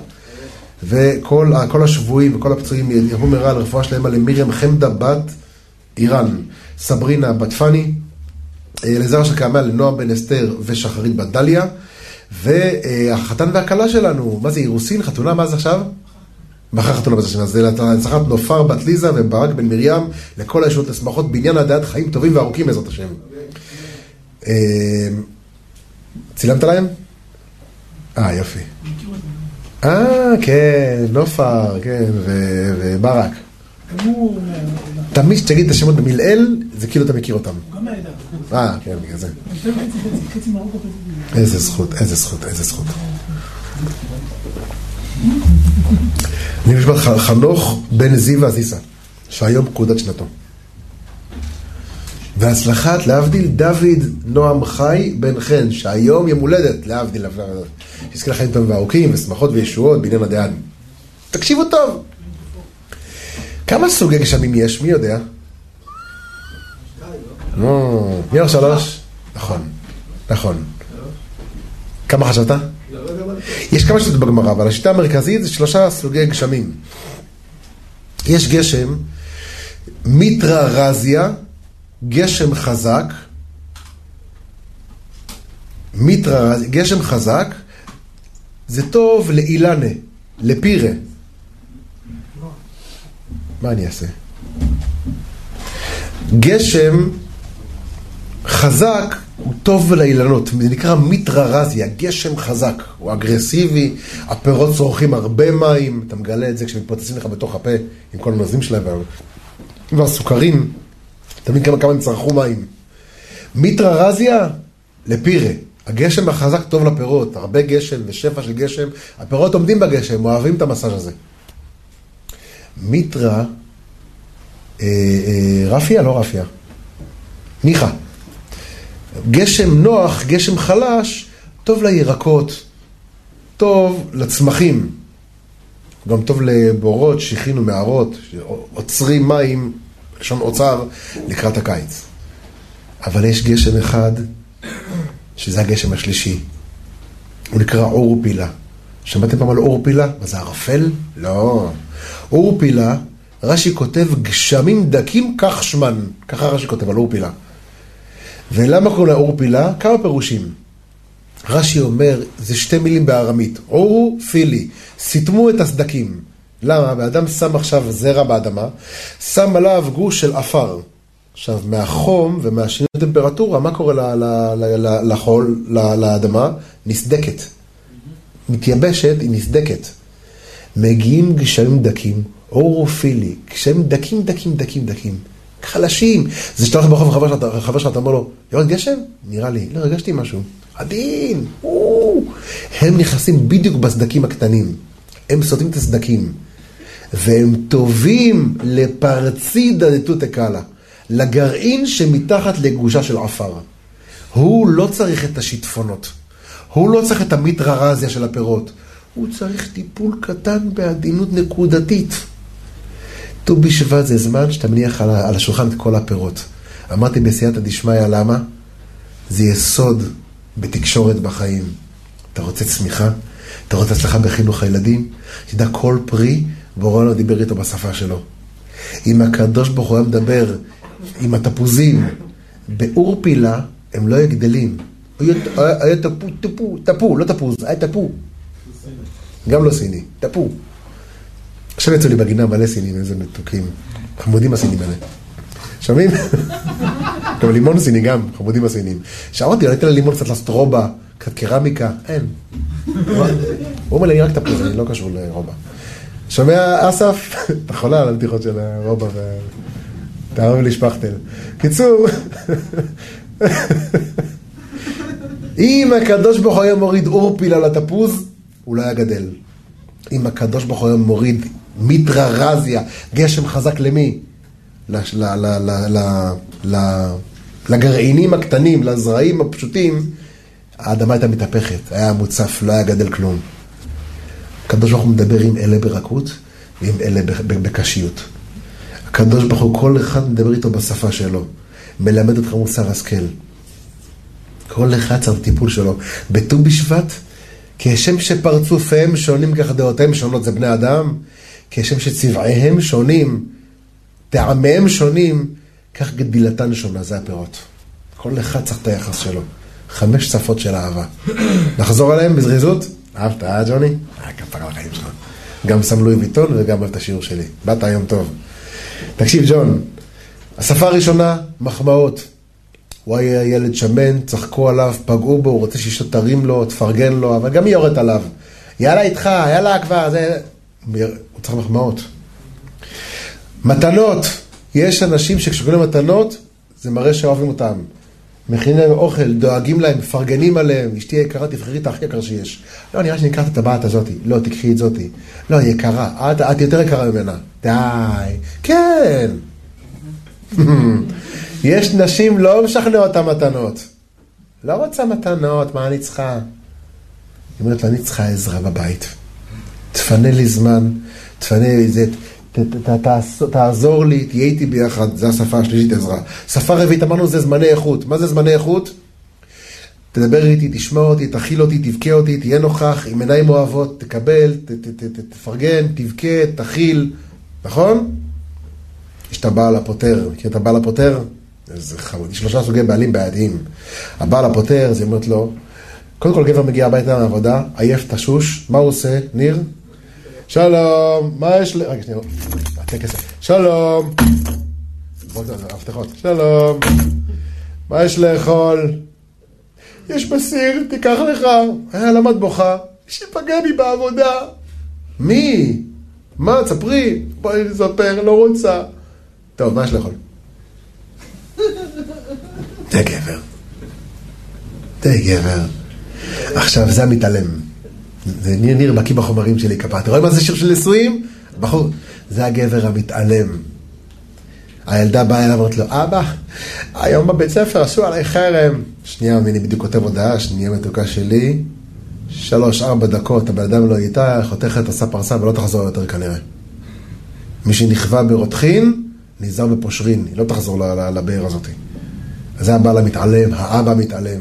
וכל השבויים וכל הפצועים יבוא מרע על רפואה שלהם, למרים חמדה בת איראן, סברינה בת פני, אלעזר שקאמל, לנועה בן אסתר ושחרית בת דליה, והחתן והכלה שלנו, מה זה, אירוסין, חתונה, מה זה עכשיו? מחר חתונה בזה שנה, זה להצלחת נופר בת ליזה וברק בן מרים, לכל הישועות לשמחות, בעניין הדעת חיים טובים וארוכים בעזרת השם. צילמת להם? יופי. כן, נופר, כן, וברק. תמיד שתגיד את השמות במילאל, זה כאילו אתה מכיר אותם. גם העדה. כן, בגלל זה. חצי מרוקו. איזה זכות, איזה זכות, איזה זכות. אני משמע חנוך בן זיווה זיסה, שהיום פקודת שנתו. והצלחת להבדיל דוד נועם חי בן חן, שהיום יום הולדת להבדיל, שיזכה לחיים טובים וארוכים ושמחות וישועות בעניין הדען. תקשיבו טוב. כמה סוגי גשמים יש? מי יודע? מי אומר 3? נכון, נכון. כמה חשבת? יש כמה שיטות בגמרא, אבל השיטה המרכזית זה 3 סוגי גשמים. יש גשם מיטרה רזיה, גשם חזק, מיטרה רזיה, גשם חזק, זה טוב לאילנה, לפירה. מה אני אעשה? גשם חזק הוא טוב לאילנות, זה נקרא מיטרה רזיה, גשם חזק, הוא אגרסיבי, הפירות צורכים הרבה מים, אתה מגלה את זה כשמתפוצצים לך בתוך הפה עם כל הנוזלים שלהם והסוכרים, אתה מבין כמה הם צרכו מים. מיטרה רזיה לפירה, הגשם החזק טוב לפירות, הרבה גשם ושפע של גשם, הפירות עומדים בגשם, אוהבים את המסאז' הזה. מיטרה רפיה, לא רפיה, ניחה. גשם נוח, גשם חלש, טוב לירקות, טוב לצמחים, גם טוב לבורות, שיחין ומערות, שעוצרים מים, לשון אוצר, לקראת הקיץ. אבל יש גשם אחד, שזה הגשם השלישי. הוא נקרא אורפילה. שמעתם פעם על אורפילה? מה זה, ערפל? לא. אורפילה, רש"י כותב גשמים דקים כך שמן. ככה רש"י כותב על אורפילה. ולמה קוראים לה אורפילה? כמה פירושים. רש"י אומר, זה 2 מילים בארמית. אורו פילי. סיתמו את הסדקים. למה? באדם שם עכשיו זרע באדמה, שם עליו גוש של אפר. עכשיו, מהחום ומהשינוי הטמפרטורה, מה קורה לחול, לאדמה? נסדקת. מתייבשת, היא נסדקת. מגיעים גשמים דקים, אורופילי, גשמים דקים, דקים, דקים, דקים. חלשים. זה שאתה הולך ברחוב חבר שלך, אתה אומר לו, יורד גשם? נראה לי. לא, הרגשתי משהו. עדין. הם נכנסים בדיוק בסדקים הקטנים. הם סוטים את הסדקים. והם טובים לפרצידה דתותקלה. לגרעין שמתחת לגושה של עפר. הוא לא צריך את השיטפונות. הוא לא צריך את המיטרה רזיה של הפירות. הוא צריך טיפול קטן בעדינות נקודתית. ט"ו בשבט זה זמן שאתה מניח על השולחן את כל הפירות. אמרתי בסייעתא דשמיא, למה? זה יסוד בתקשורת בחיים. אתה רוצה צמיחה? אתה רוצה הצלחה בחינוך הילדים? תדע כל פרי, בורא לא דיבר איתו בשפה שלו. אם הקדוש ברוך הוא מדבר עם התפוזים באורפילה, הם לא יגדלים. היה תפו, לא תפוז, היה תפו. גם לא סיני, תפו. עכשיו יצאו לי בגינה מלא סינים, איזה מתוקים. חמודים הסינים האלה. שומעים? גם לימון סיני גם, חמודים הסינים. שאמרתי, אני אתן ללימון קצת לסטרובה, קצת קרמיקה, אין. הוא אומר לי, אני רק תפוז, אני לא קשור לרובה. שומע, אסף? אתה חולה על הבדיחות של רובה תאהב לי שפכתל. קיצור, אם הקדוש ברוך הוא היה מוריד אורפיל על התפוז, הוא לא היה גדל. אם הקדוש ברוך הוא היה מוריד מיטרה רזיה, גשם חזק למי? לגרעינים הקטנים, לזרעים הפשוטים, האדמה הייתה מתהפכת, היה מוצף, לא היה גדל כלום. הקדוש ברוך הוא מדבר עם אלה ברכות ועם אלה בקשיות. הקדוש ברוך הוא, כל אחד מדבר איתו בשפה שלו, מלמד אותך מוסר השכל. כל אחד צריך טיפול שלו. בט"ו בשבט, כשם שפרצופיהם שונים כך דעותיהם שונות, זה בני אדם, כשם שצבעיהם שונים, טעמיהם שונים, כך גדילתן שונה, זה הפירות. כל אחד צריך את היחס שלו. 5 שפות של אהבה. נחזור עליהם בזריזות? אהבת, ג'וני? כפר על החיים שלך. גם שם לואי ויטון וגם על את השיעור שלי. באת היום טוב. תקשיב, ג'ון, השפה הראשונה, מחמאות. הוא היה ילד שמן, צחקו עליו, פגעו בו, הוא רוצה שאשתו תרים לו, תפרגן לו, אבל גם היא יורת עליו. יאללה איתך, יאללה כבר, זה... הוא צריך מחמאות. מתנות, יש אנשים שכשקוראים מתנות, זה מראה שאוהבים אותם. מכינים להם אוכל, דואגים להם, מפרגנים עליהם, אשתי יקרה, תבחרי את הכי יקר שיש. לא, נראה שאני אקח את הטבעת הזאת, לא, תקחי את זאתי. לא, היא יקרה, את יותר יקרה ממנה. די, כן. יש נשים לא משכנעות את המתנות. לא רוצה מתנות, מה אני צריכה? היא אומרת לה, אני צריכה עזרה בבית. תפנה לי זמן, תפנה לי זה, תעזור לי, תהיה איתי ביחד, זה השפה השלישית עזרה. שפה רביעית, אמרנו, זה זמני איכות. מה זה זמני איכות? תדבר איתי, תשמע אותי, תכיל אותי, תבכה אותי, תהיה נוכח, עם עיניים אוהבות, תקבל, תפרגן, תבכה, תכיל. נכון? יש את הבעל הפותר. מכיר את הבעל הפותר? זה חמוד. יש 3 סוגי בעלים בעייתיים. הבעל הפותר, זה אומרת לו, קודם כל גבר מגיע הביתה מהעבודה, עייף תשוש, מה הוא עושה? ניר? שלום, מה יש רגע, שנייה, שלום, הבטחות, שלום, מה יש לאכול? יש בסיר, תיקח לך. למה את בוכה? שפגע בי בעבודה. מי? מה? תספרי. בואי לספר, לא רוצה. טוב, מה יש לאכול? זה גבר. זה גבר. עכשיו, זה המתעלם. זה ניר בקיא בחומרים שלי כפה. אתה רואה מה זה שיר של נישואים? בחור. זה הגבר המתעלם. הילדה באה אליו ואומרת לו, אבא, היום בבית ספר עשו עליי חרם. שנייה, אני בדיוק כותב הודעה, שנייה מתוקה שלי. 3-4 דקות, הבן אדם לא איתה, חותכת, עשה פרסה ולא תחזור יותר כנראה. מי שנכווה ברותחין, נזהר בפושרין. היא לא תחזור לבאר הזאת. זה הבעל המתעלם, האבא מתעלם.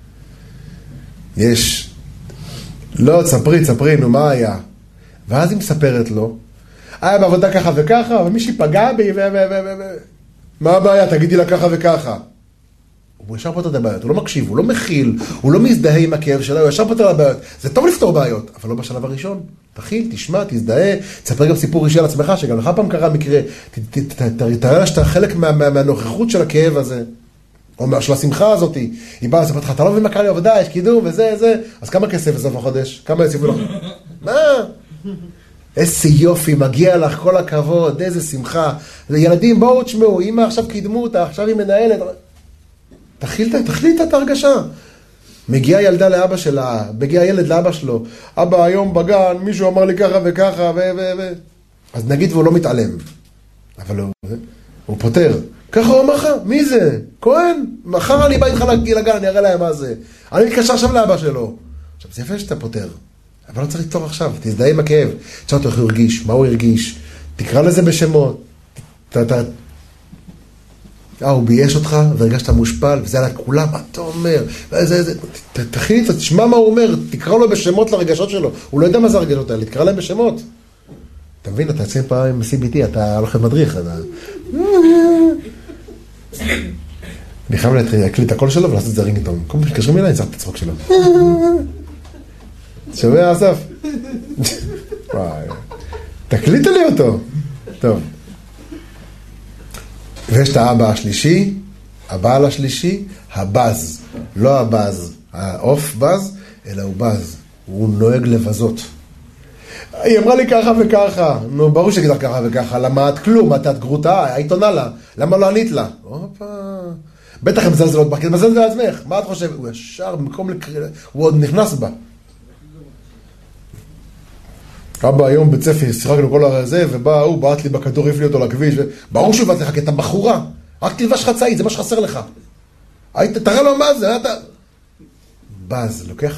יש... לא, תספרי, נו, מה היה? ואז היא מספרת לו, היה בעבודה ככה וככה, ומישהי פגע בי, מה הבעיה? תגידי לה ככה וככה. הוא ישר פותר את הבעיות, הוא לא מקשיב, הוא לא מכיל, הוא לא מזדהה עם הכאב שלה, הוא ישר פותר לבעיות. זה טוב לפתור בעיות, אבל לא בשלב הראשון. תכיל, תשמע, תזדהה, תספר גם סיפור אישי על עצמך, שגם לך פעם קרה מקרה, תראה שאתה חלק מהנוכחות של הכאב הזה. או של השמחה הזאת, היא באה לספר לך, אתה לא מבין מה קרה לי עבודה, יש קידום וזה, אז כמה כסף בסוף החודש? כמה יציבו לך? מה? איזה יופי, מגיע לך, כל הכבוד, איזה שמחה. ילדים, בואו תשמעו, אמא עכשיו קידמו אותה, עכשיו היא מנהלת. תחליט את ההרגשה. מגיעה ילדה לאבא שלה, מגיע ילד לאבא שלו, אבא היום בגן, מישהו אמר לי ככה וככה, אז נגיד והוא לא מתעלם. אבל הוא פותר. ככה הוא אמר לך, מי זה? כהן, מחר אני בא איתך לגן, אני אראה להם מה זה. אני מתקשר עכשיו לאבא שלו. עכשיו, זה יפה שאתה פותר. אבל לא צריך לפתור עכשיו, תזדהה עם הכאב. תשאל אותו איך הוא הרגיש, מה הוא הרגיש. תקרא לזה בשמות. הוא בייש אותך, והרגשת מושפל, וזה עלה כולם, מה אתה אומר? תכין, תשמע מה הוא אומר, תקרא לו בשמות לרגשות שלו. הוא לא יודע מה זה הרגשות האלה, תקרא להם בשמות. אתה מבין, אתה יוצא פעם עם CBT, אתה הולך למדריך, אני חייב להקליט את הקול שלו ולעשות את זה רינגטון. כל פעם שקשרים אליי, אני צריך את הצחוק שלו. שומע, אסף? תקליט לי אותו. טוב. ויש את האבא השלישי, הבעל השלישי, הבז. לא הבז, האוף בז, אלא הוא בז. הוא נוהג לבזות. היא אמרה לי ככה וככה. נו, ברור שגיד לך ככה וככה. למה את כלום? את גרוטה, היית עונה לה. למה לא ענית לה? אופה. בטח הם מזלזלות בה, כי מזלזל לעצמך. מה את חושבת? הוא ישר במקום הוא עוד נכנס בה. אבא היום בית ספר, שיחקנו כל הזה, ובא הוא, בעט לי בכדור, העיף לי אותו לכביש. ברור שהוא בעט לך, כי אתה בחורה. רק תלבש חצאית, זה מה שחסר לך. תראה לו מה זה, אתה... בז, לוקח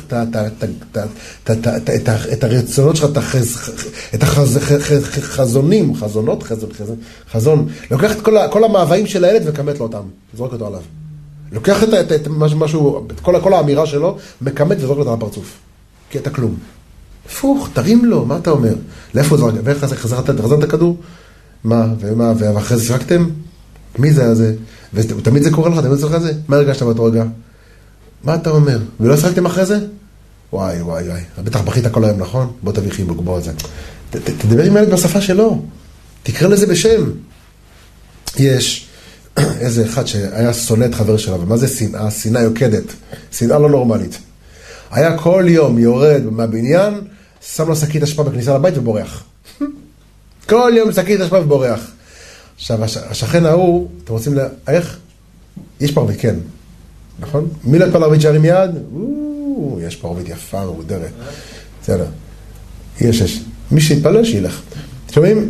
את הרצונות שלך, את החזונים, חזון, לוקח את כל המאוויים של הילד וכמת לו אותם, זורק אותו עליו. לוקח את משהו, את כל האמירה שלו, מקמת וזורק אותו על הפרצוף. כי אתה כלום. הפוך, תרים לו, מה אתה אומר? לאיפה זורק? ואיך חזרת את הכדור? מה, ומה, ואחרי זה שרקתם? מי זה הזה? ותמיד זה קורה לך, תמיד זה לך זה? מה הרגשת באותו רגע? מה אתה אומר? ולא שחקתם אחרי זה? וואי. בטח בכית כל היום, נכון? בוא תביא חיבוק, בוא זה. תדבר עם הילד בשפה שלו. תקרא לזה בשם. יש איזה אחד שהיה שונא את חבר שלו, ומה זה שנאה? שנאה יוקדת. שנאה לא נורמלית. היה כל יום יורד מהבניין, שם לו שקית אשפה בכניסה לבית ובורח. כל יום שקית אשפה ובורח. עכשיו, השכן ההוא, אתם רוצים איך? יש פרבית, כן. נכון? מי לא יתפל ערבית שערים יד? יש פרבית יפה, מרודרת. בסדר. יש. מי שיתפלל, שילך. שומעים?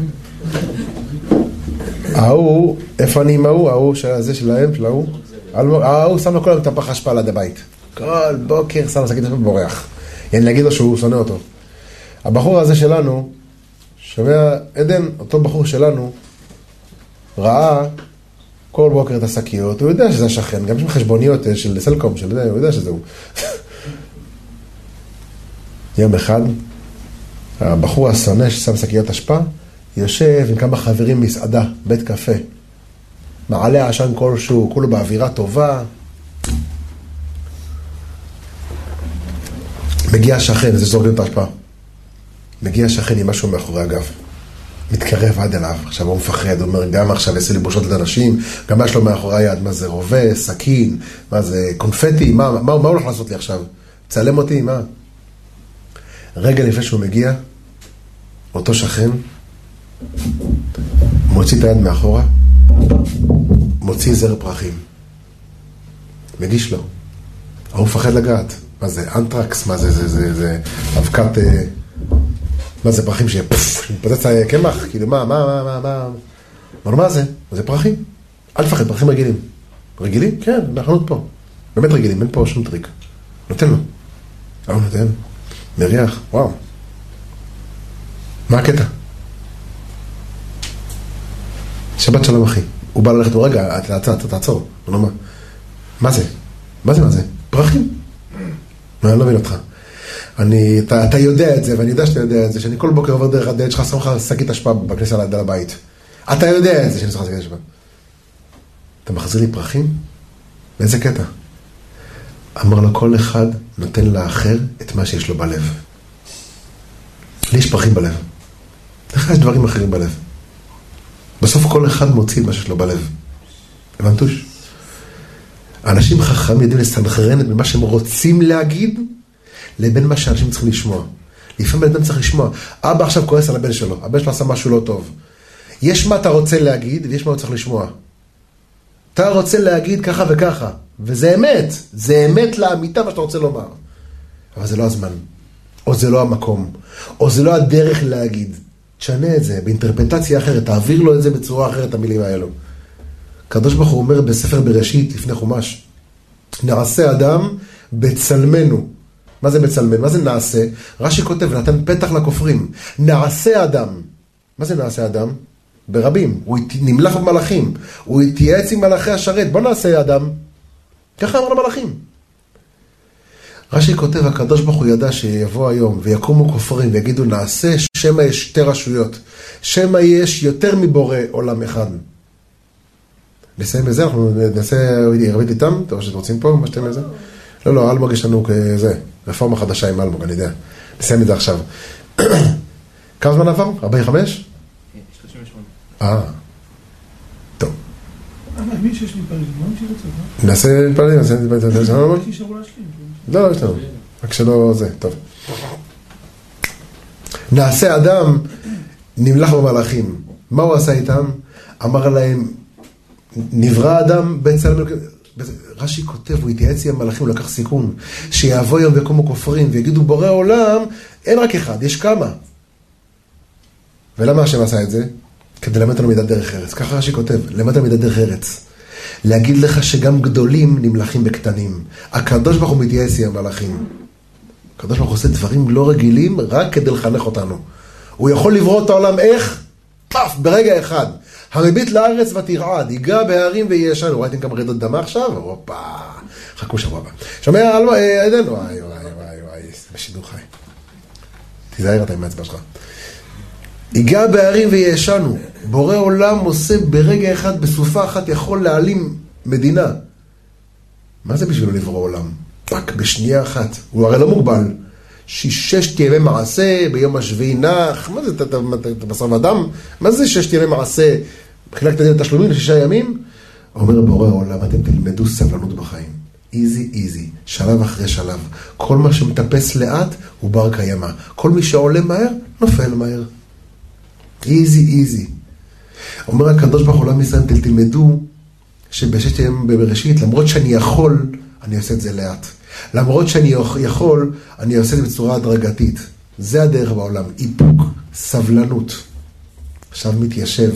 ההוא, איפה אני עם ההוא הזה שלהם, של ההוא שם לו כל היום את הפח אשפה ליד הבית. כל בוקר שם לו שקית אשפה ובורח. יעני להגיד לו שהוא שונא אותו. הבחור הזה שלנו, שומע עדן, אותו בחור שלנו, ראה כל בוקר את השקיות, הוא יודע שזה השכן, גם יש חשבוניות של סלקום, הוא יודע שזה הוא. יום אחד, הבחור השונא ששם שקיות אשפה, יושב עם כמה חברים מסעדה, בית קפה. מעלה עשן כלשהו, כולו באווירה טובה. מגיע השכן, זה זורקים את ההשפעה. מגיע השכן עם משהו מאחורי הגב. מתקרב עד אליו, עכשיו הוא מפחד, הוא אומר, גם עכשיו יעשה לי בושות לאנשים, גם יש לו מאחורי היד, מה זה רובה, סכין, מה זה קונפטי, מה הוא הולך לעשות לי עכשיו? צלם אותי, מה? רגע לפני שהוא מגיע, אותו שכן, מוציא את היד מאחורה, מוציא זר פרחים. מגיש לו. הוא מפחד לגעת. מה זה? אנטרקס? מה זה אבקת... מה זה פרחים שמתפוצץ קמח? כאילו מה? מה זה? זה פרחים. אל תפחד, פרחים רגילים. רגילים? כן, אנחנו פה. באמת רגילים, אין פה שום טריק. נותן לו. הוא נותן. מריח, וואו. מה הקטע? שבת שלום אחי. הוא בא ללכת, הוא רגע, תעצור. מה זה? מה זה? פרחים. אני לא מבין אותך. אתה יודע את זה, ואני יודע שאתה יודע את זה, שאני כל בוקר עובר דרך הדלת שלך, שם לך שקית אשפה בכניסה ליד הבית. אתה יודע את זה שאני שם לך שקית אשפה. אתה מחזיר לי פרחים? באיזה קטע? אמר לו, כל אחד נותן לאחר את מה שיש לו בלב. לי יש פרחים בלב. לך יש דברים אחרים בלב. בסוף כל אחד מוציא את מה שיש לו בלב. הבנתוש? האנשים חכמים יודעים לסנכרן את מה שהם רוצים להגיד, לבין מה שאנשים צריכים לשמוע. לפעמים בן צריך לשמוע. אבא עכשיו כועס על הבן שלו. הבן שלו עשה משהו לא טוב. יש מה אתה רוצה להגיד, ויש מה הוא צריך לשמוע. אתה רוצה להגיד ככה וככה. וזה אמת. זה אמת לאמיתה מה שאתה רוצה לומר. אבל זה לא הזמן. או זה לא המקום. או זה לא הדרך להגיד. תשנה את זה באינטרפטציה אחרת. תעביר לו את זה בצורה אחרת, המילים האלו. הקדוש ברוך הוא אומר בספר בראשית, לפני חומש, נעשה אדם בצלמנו. מה זה בצלמנו? מה זה נעשה? רש"י כותב, נתן פתח לכופרים. נעשה אדם. מה זה נעשה אדם? ברבים. הוא נמלך במלאכים. הוא התייעץ עם מלאכי השרת. בוא נעשה אדם. ככה אמר למלאכים. רש"י כותב, הקדוש ברוך הוא ידע שיבוא היום ויקומו כופרים ויגידו, נעשה שמה יש שתי רשויות. שמה יש יותר מבורא עולם אחד. נסיים בזה, אנחנו נעשה ערבית איתם, טוב שאתם רוצים פה, מה שאתם לזה? לא, אלמוג יש לנו כזה, רפורמה חדשה עם אלמוג, אני יודע. נסיים את זה עכשיו. כמה זמן עבר? 45? 38. טוב. מי שיש לי פרלים? מה מי שרוצה? נעשה פרלים, נעשה פרלים. כי שרו להשלים. לא, יש לנו. רק שלא זה, טוב. נעשה אדם נמלך במלאכים. מה הוא עשה איתם? אמר להם, נברא אדם בצלם, רש"י כותב, הוא התייעץ עם המלאכים, הוא לקח סיכון, שיבוא יום ויקומו כופרים, ויגידו בורא עולם, אין רק אחד, יש כמה. ולמה השם עשה את זה? כדי ללמד אותנו מידת דרך ארץ. ככה רש"י כותב, ללמד אותנו מידת דרך ארץ. להגיד לך שגם גדולים נמלכים בקטנים. הקדוש ברוך הוא מתייעץ עם המלאכים. הקדוש ברוך הוא עושה דברים לא רגילים, רק כדי לחנך אותנו. הוא יכול לברוא את העולם איך? פף, ברגע אחד. המביט לארץ ותרעד, ייגע בהרים וישנו. ראיתם כמה רעידות אדמה עכשיו? הופה, חכו שבוע הבא. שומע, עדן? וואי, בשידור חי. תיזהר אתה עם האצבע שלך. ייגע בהרים וישנו. בורא עולם עושה ברגע אחד, בסופה אחת, יכול להעלים מדינה. מה זה בשבילו לברוא עולם? פק, בשנייה אחת. הוא הרי לא מוגבל. 6 ימי מעשה, ביום השביעי נח, מה זה, אתה בשר ודם? מה זה 6 ימי מעשה? חילקת את התשלומים ל6 ימים? אומר בורא העולם, אתם תלמדו סבלנות בחיים. איזי איזי, שלב אחרי שלב. כל מה שמטפס לאט הוא בר קיימא. כל מי שעולה מהר, נופל מהר. איזי איזי. אומר הקדוש ברוך הוא לעם ישראל, תלמדו שבששת ימים בבראשית, למרות שאני יכול, אני עושה את זה לאט. למרות שאני יכול, אני עושה את זה בצורה הדרגתית. זה הדרך בעולם. איפוק, סבלנות. עכשיו מתיישב.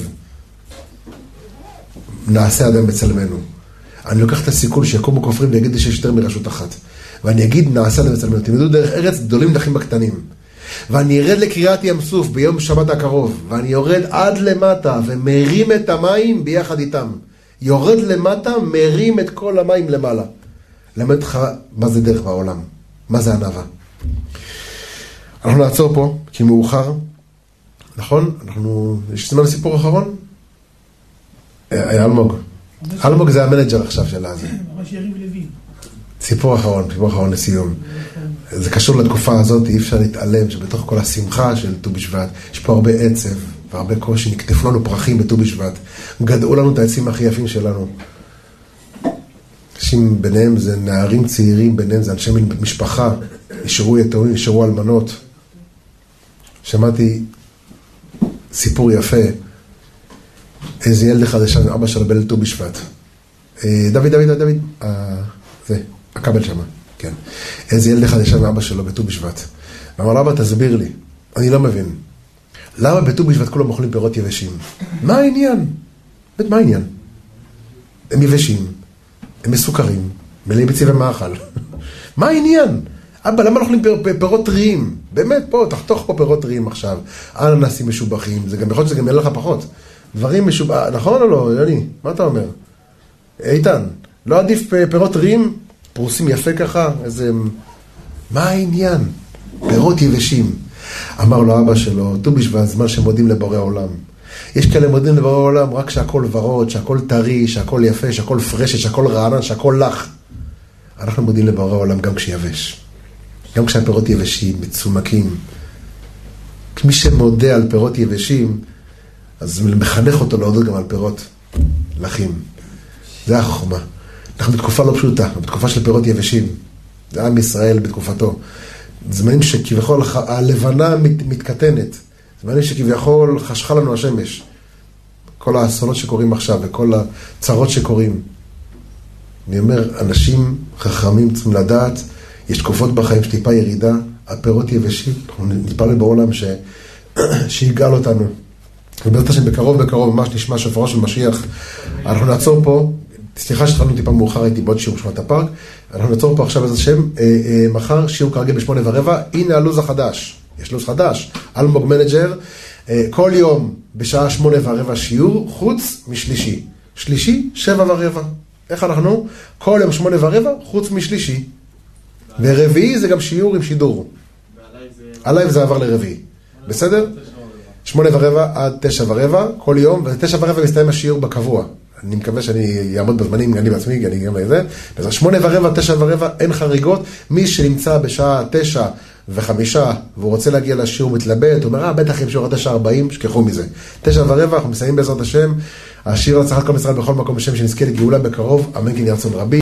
נעשה אדם בצלמנו. אני לוקח את הסיכון שיקומו כופרים ויגיד שיש יותר מרשות אחת. ואני אגיד נעשה אדם בצלמנו. תלמדו דרך ארץ גדולים נחים בקטנים. ואני ארד לקריאת ים סוף ביום שבת הקרוב. ואני יורד עד למטה ומרים את המים ביחד איתם. יורד למטה, מרים את כל המים למעלה. למד לך מה זה דרך בעולם. מה זה ענווה. אנחנו נעצור פה, כי מאוחר. נכון? יש זמן לסיפור אחרון? אלמוג. אלמוג זה המנג'ר עכשיו של הזה. ממש יריב לוין. סיפור אחרון לסיום. זה קשור לתקופה הזאת, אי אפשר להתעלם שבתוך כל השמחה של ט"ו בשבט, יש פה הרבה עצב והרבה קושי, נקטפו לנו פרחים בט"ו בשבט, גדעו לנו את העצים הכי יפים שלנו. אנשים ביניהם זה נערים צעירים, ביניהם זה אנשי משפחה, נשארו יתומים, נשארו אלמנות. שמעתי סיפור יפה, איזה ילד אחד ישב עם אבא שלו בליל ט"ו בשבט. דוד, זה, הקבל שמה, כן. איזה ילד אחד ישב עם אבא שלו בט"ו בשבט. ואמר לו, אבא, תסביר לי, אני לא מבין. למה בט"ו בשבט כולם אוכלים פירות יבשים? מה העניין? מה העניין? הם יבשים, הם מסוכרים, מלאים בצבעי מאכל. מה העניין? אבא, למה לא אוכלים פירות טריים? באמת, פה, תחתוך פה פירות טריים עכשיו. אננסים משובחים, זה גם יכול להיות שזה גם יהיה לך פחות. דברים משובחים, נכון או לא, יוני? מה אתה אומר? איתן, לא עדיף פירות טריים? פרוסים יפה ככה? איזה... מה העניין? פירות יבשים. אמר לו אבא שלו, ט"ו בשבט, זמן שמודים לבורא עולם. יש כאלה מודים לבורא עולם רק שהכל ורוד, שהכל טרי, שהכל יפה, שהכל פרשת, שהכל רענן, שהכל לח. אנחנו מודים לבורא עולם גם כשיבש. גם כשהפירות יבשים, מצומקים. מי שמודה על פירות יבשים, אז מחנך אותו להודות גם על פירות לחים. זה החוכמה. אנחנו בתקופה לא פשוטה, בתקופה של פירות יבשים. זה עם ישראל בתקופתו. זמנים שכביכול הלבנה מתקטנת. זמנים שכביכול חשכה לנו השמש. כל האסונות שקורים עכשיו וכל הצרות שקורים. אני אומר, אנשים חכמים צריכים לדעת, יש תקופות בחיים שטיפה ירידה, הפירות יבשים, אנחנו נתפלל בעולם שיגאל אותנו. ובעזרת השם בקרוב ממש נשמע שופרו של משיח. אנחנו נעצור פה, סליחה שהתחלנו טיפה מאוחר, הייתי בעוד שיעור בשמת הפארק, אנחנו נעצור פה עכשיו בעזרת השם, מחר שיעור כרגיל ב8:15, הנה הלוז החדש, יש לוז חדש, אלמוג מנג'ר, כל יום בשעה 8:15 שיעור, חוץ משלישי. שלישי, 7:15. איך אנחנו? כל יום 8:15, חוץ משלישי. ורביעי זה גם שיעור עם שידור. עליי זה עבר לרביעי. בסדר? 8:15 עד 9:15, כל יום, ו9:15 מסתיים השיעור בקבוע. אני מקווה שאני אעמוד בזמנים, אני בעצמי, אני גם לזה. 8:15, 9:15, אין חריגות. מי שנמצא בשעה 9:05, והוא רוצה להגיע לשיעור מתלבט, הוא אומר, בטח עם שיעור עד 9:40, שכחו מזה. 9:15, אנחנו מסיימים בעזרת השם. השיר הצלחת כל ישראל בכל מקום בשם שנזכה לגאולה בקרוב, אמן כן יהיה רצון רבי.